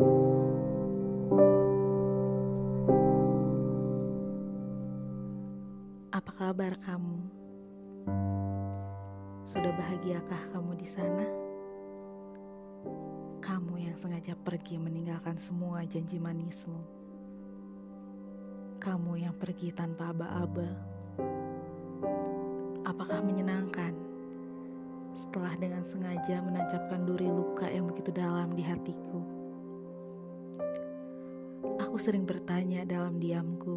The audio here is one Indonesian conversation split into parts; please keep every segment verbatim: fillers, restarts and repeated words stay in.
Apa kabar kamu? Sudah bahagiakah kamu di sana? Kamu yang sengaja pergi meninggalkan semua janji manismu. Kamu yang pergi tanpa aba-aba. Apakah menyenangkan setelah dengan sengaja menancapkan duri luka yang begitu dalam di hatiku? Aku sering bertanya dalam diamku,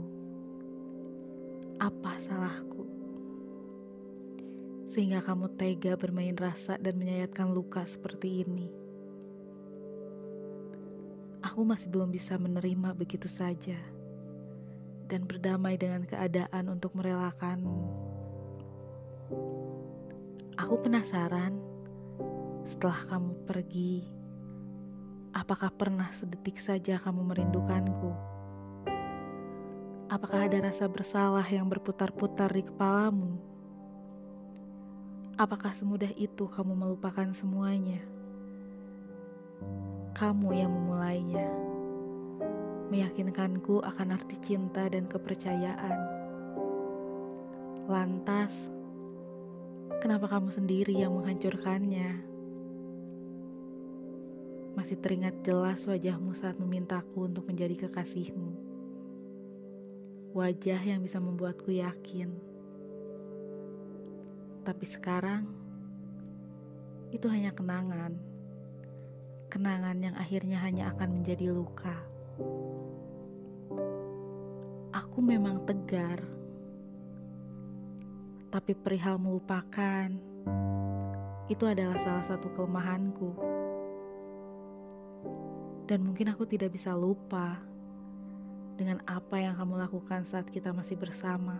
apa salahku? Sehingga kamu tega bermain rasa dan menyayatkan luka seperti ini. Aku masih belum bisa menerima begitu saja dan berdamai dengan keadaan untuk merelakanmu. Aku penasaran, setelah kamu pergi, apakah pernah sedetik saja kamu merindukanku? Apakah ada rasa bersalah yang berputar-putar di kepalamu? Apakah semudah itu kamu melupakan semuanya? Kamu yang memulainya, meyakinkanku akan arti cinta dan kepercayaan. Lantas, kenapa kamu sendiri yang menghancurkannya? Masih teringat jelas wajahmu saat memintaku untuk menjadi kekasihmu. Wajah yang bisa membuatku yakin. Tapi sekarang, itu hanya kenangan. Kenangan yang akhirnya hanya akan menjadi luka. Aku memang tegar. Tapi perihal melupakan, itu adalah salah satu kelemahanku. Dan mungkin aku tidak bisa lupa dengan apa yang kamu lakukan saat kita masih bersama.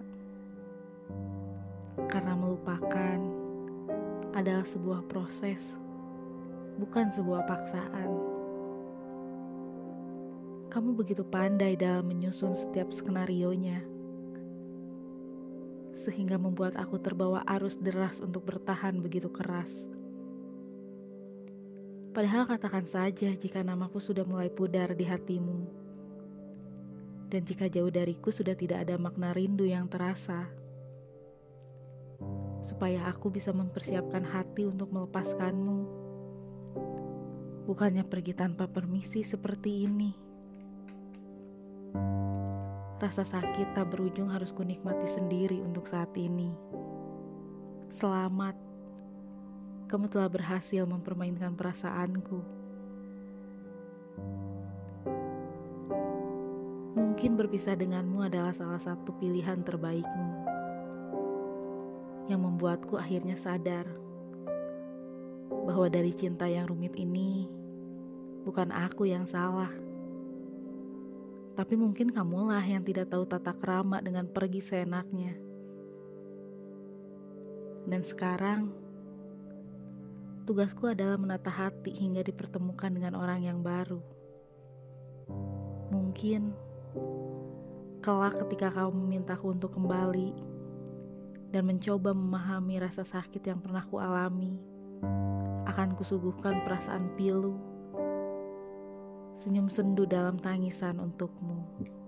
Karena melupakan adalah sebuah proses, bukan sebuah paksaan. Kamu begitu pandai dalam menyusun setiap skenarionya, sehingga membuat aku terbawa arus deras untuk bertahan begitu keras. Padahal katakan saja jika namaku sudah mulai pudar di hatimu, dan jika jauh dariku sudah tidak ada makna rindu yang terasa, supaya aku bisa mempersiapkan hati untuk melepaskanmu. Bukannya pergi tanpa permisi seperti ini. Rasa sakit tak berujung harus kunikmati sendiri untuk saat ini. Selamat, kamu telah berhasil mempermainkan perasaanku. Mungkin berpisah denganmu adalah salah satu pilihan terbaikmu, yang membuatku akhirnya sadar bahwa dari cinta yang rumit ini bukan aku yang salah, tapi mungkin kamulah yang tidak tahu tata krama dengan pergi seenaknya. Dan sekarang tugasku adalah menata hati hingga dipertemukan dengan orang yang baru. Mungkin kelak ketika kamu memintaku untuk kembali dan mencoba memahami rasa sakit yang pernah kualami, akan kusuguhkan perasaan pilu, senyum sendu dalam tangisan untukmu.